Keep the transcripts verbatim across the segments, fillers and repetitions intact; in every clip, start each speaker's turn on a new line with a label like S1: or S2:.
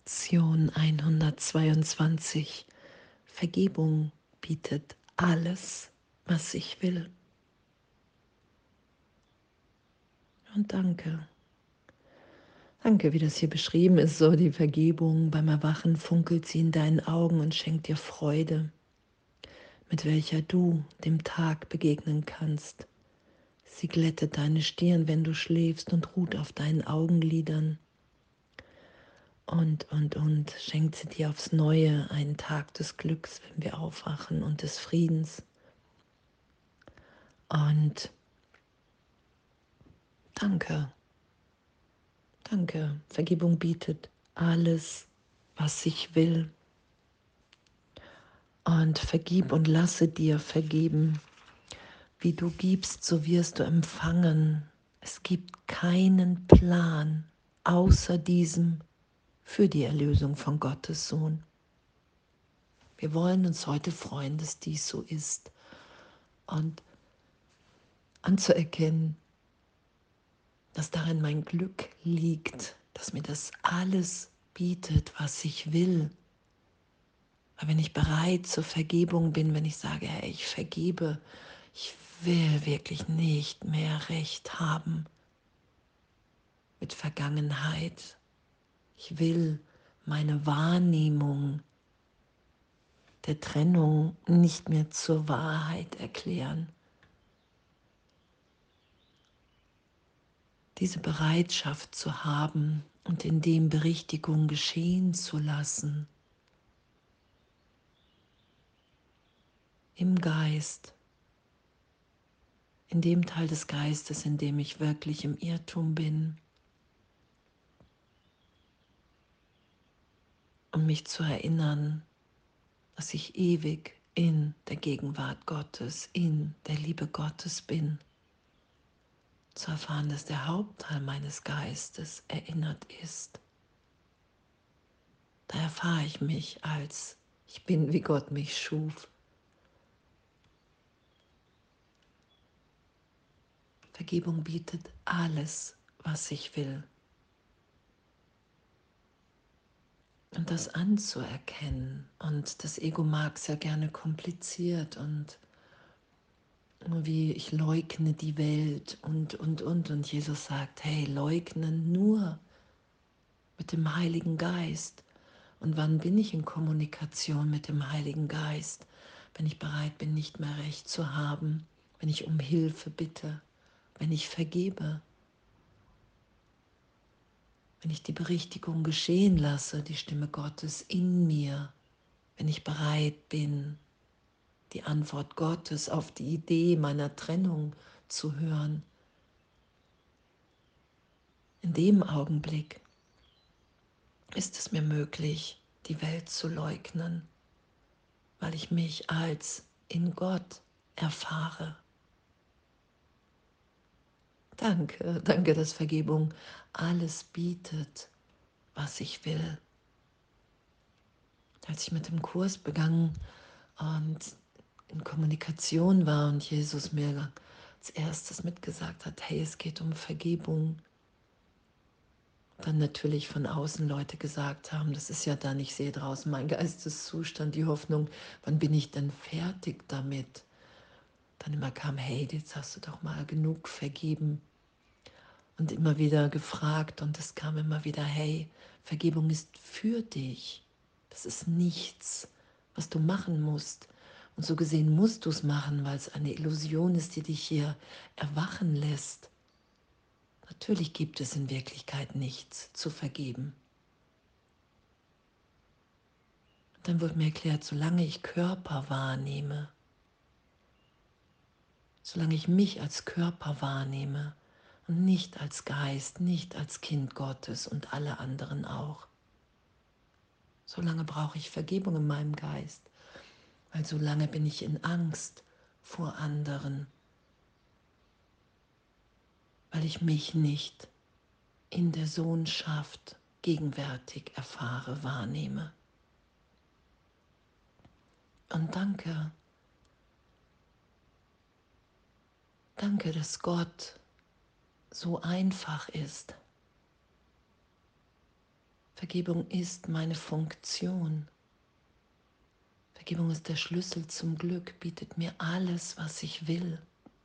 S1: Lektion hundertzweiundzwanzig. Vergebung bietet alles, was ich will. Und danke. Danke, wie das hier beschrieben ist, so die Vergebung. Beim Erwachen funkelt sie in deinen Augen und schenkt dir Freude, mit welcher du dem Tag begegnen kannst. Sie glättet deine Stirn, wenn du schläfst, und ruht auf deinen Augenlidern. Und, und, und schenkt sie dir aufs Neue einen Tag des Glücks, wenn wir aufwachen, und des Friedens. Und danke, danke. Vergebung bietet alles, was ich will. Und vergib und lasse dir vergeben. Wie du gibst, so wirst du empfangen. Es gibt keinen Plan außer diesem für die Erlösung von Gottes Sohn. Wir wollen uns heute freuen, dass dies so ist und anzuerkennen, dass darin mein Glück liegt, dass mir das alles bietet, was ich will. Weil wenn ich bereit zur Vergebung bin, wenn ich sage, hey, ich vergebe, ich will wirklich nicht mehr Recht haben mit Vergangenheit. Ich will meine Wahrnehmung der Trennung nicht mehr zur Wahrheit erklären. Diese Bereitschaft zu haben und in dem Berichtigung geschehen zu lassen, im Geist, in dem Teil des Geistes, in dem ich wirklich im Irrtum bin, um mich zu erinnern, dass ich ewig in der Gegenwart Gottes, in der Liebe Gottes bin. Zu erfahren, dass der Hauptteil meines Geistes erinnert ist. Da erfahre ich mich als ich bin, wie Gott mich schuf. Vergebung bietet alles, was ich will. Und das anzuerkennen. Und das Ego mag es ja gerne kompliziert und wie ich leugne die Welt und, und, und. Und Jesus sagt, hey, leugnen nur mit dem Heiligen Geist. Und wann bin ich in Kommunikation mit dem Heiligen Geist? Wenn ich bereit bin, nicht mehr Recht zu haben, wenn ich um Hilfe bitte, wenn ich vergebe, wenn ich die Berichtigung geschehen lasse, die Stimme Gottes in mir, wenn ich bereit bin, die Antwort Gottes auf die Idee meiner Trennung zu hören. In dem Augenblick ist es mir möglich, die Welt zu leugnen, weil ich mich als in Gott erfahre. Danke, danke, dass Vergebung alles bietet, was ich will. Als ich mit dem Kurs begann und in Kommunikation war und Jesus mir als erstes mitgesagt hat, hey, es geht um Vergebung, dann natürlich von außen Leute gesagt haben, das ist ja dann, ich sehe draußen meinen Geisteszustand, die Hoffnung, wann bin ich denn fertig damit? Dann immer kam, hey, jetzt hast du doch mal genug vergeben. Und immer wieder gefragt und es kam immer wieder, hey, Vergebung ist für dich. Das ist nichts, was du machen musst. Und so gesehen musst du es machen, weil es eine Illusion ist, die dich hier erwachen lässt. Natürlich gibt es in Wirklichkeit nichts zu vergeben. Und dann wurde mir erklärt, solange ich Körper wahrnehme, solange ich mich als Körper wahrnehme und nicht als Geist, nicht als Kind Gottes und alle anderen auch, solange brauche ich Vergebung in meinem Geist, weil solange bin ich in Angst vor anderen, weil ich mich nicht in der Sohnschaft gegenwärtig erfahre, wahrnehme. Und danke, danke, dass Gott so einfach ist. Vergebung ist meine Funktion. Vergebung ist der Schlüssel zum Glück, bietet mir alles, was ich will.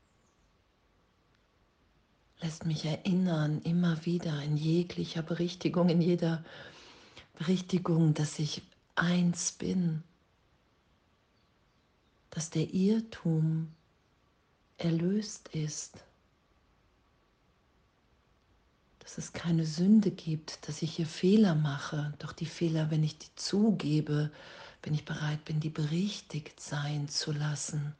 S1: Lässt mich erinnern, immer wieder in jeglicher Berichtigung, in jeder Berichtigung, dass ich eins bin, dass der Irrtum erlöst ist, dass es keine Sünde gibt, dass ich hier Fehler mache, doch die Fehler, wenn ich die zugebe, wenn ich bereit bin, die berichtigt sein zu lassen,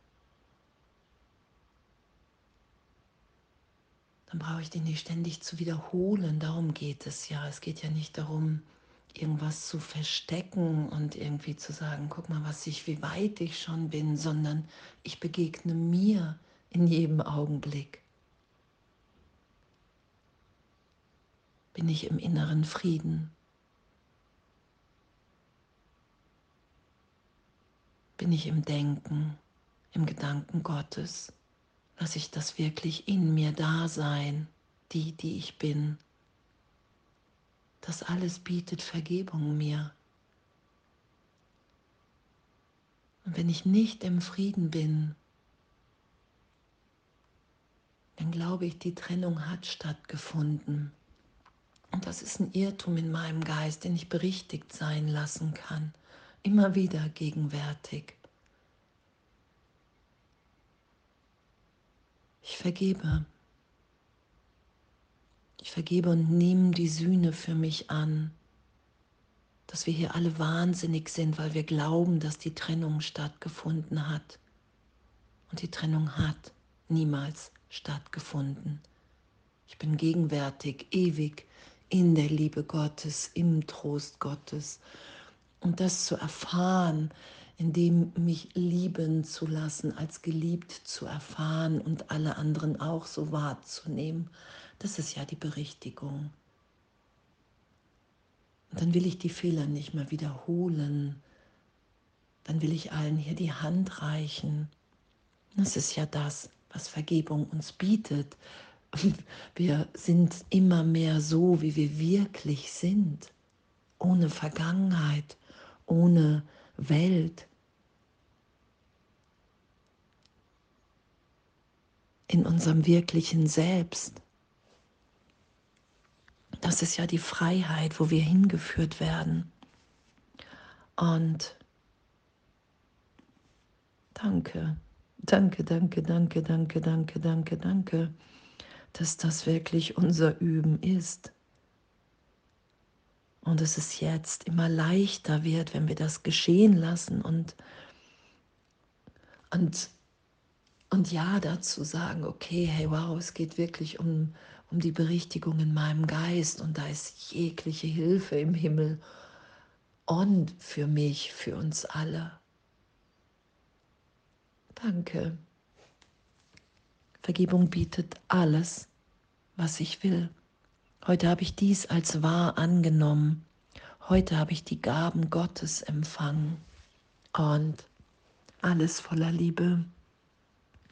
S1: dann brauche ich die nicht ständig zu wiederholen. Darum geht es ja. Es geht ja nicht darum, irgendwas zu verstecken und irgendwie zu sagen, guck mal, was ich, wie weit ich schon bin, sondern ich begegne mir in jedem Augenblick. Bin ich im inneren Frieden? Bin ich im Denken, im Gedanken Gottes? Lasse ich das wirklich in mir da sein, die, die ich bin? Das alles bietet Vergebung mir. Und wenn ich nicht im Frieden bin, dann glaube ich, die Trennung hat stattgefunden. Und das ist ein Irrtum in meinem Geist, den ich berichtigt sein lassen kann. Immer wieder gegenwärtig. Ich vergebe. Ich vergebe und nehme die Sühne für mich an, dass wir hier alle wahnsinnig sind, weil wir glauben, dass die Trennung stattgefunden hat. Und die Trennung hat niemals stattgefunden. Ich bin gegenwärtig, ewig in der Liebe Gottes, im Trost Gottes. Und das zu erfahren, indem mich lieben zu lassen, als geliebt zu erfahren und alle anderen auch so wahrzunehmen, das ist ja die Berichtigung. Und dann will ich die Fehler nicht mehr wiederholen. Dann will ich allen hier die Hand reichen. Das ist ja das, was Vergebung uns bietet. Wir sind immer mehr so, wie wir wirklich sind. Ohne Vergangenheit, ohne Welt. In unserem wirklichen Selbst. Das ist ja die Freiheit, wo wir hingeführt werden. Und danke, danke, danke, danke, danke, danke, danke, danke, dass das wirklich unser Üben ist. Und dass es jetzt immer leichter wird, wenn wir das geschehen lassen und, und, und ja dazu sagen, okay, hey, wow, es geht wirklich um, um die Berichtigung in meinem Geist und da ist jegliche Hilfe im Himmel und für mich, für uns alle. Danke. Vergebung bietet alles, was ich will. Heute habe ich dies als wahr angenommen. Heute habe ich die Gaben Gottes empfangen und alles voller Liebe.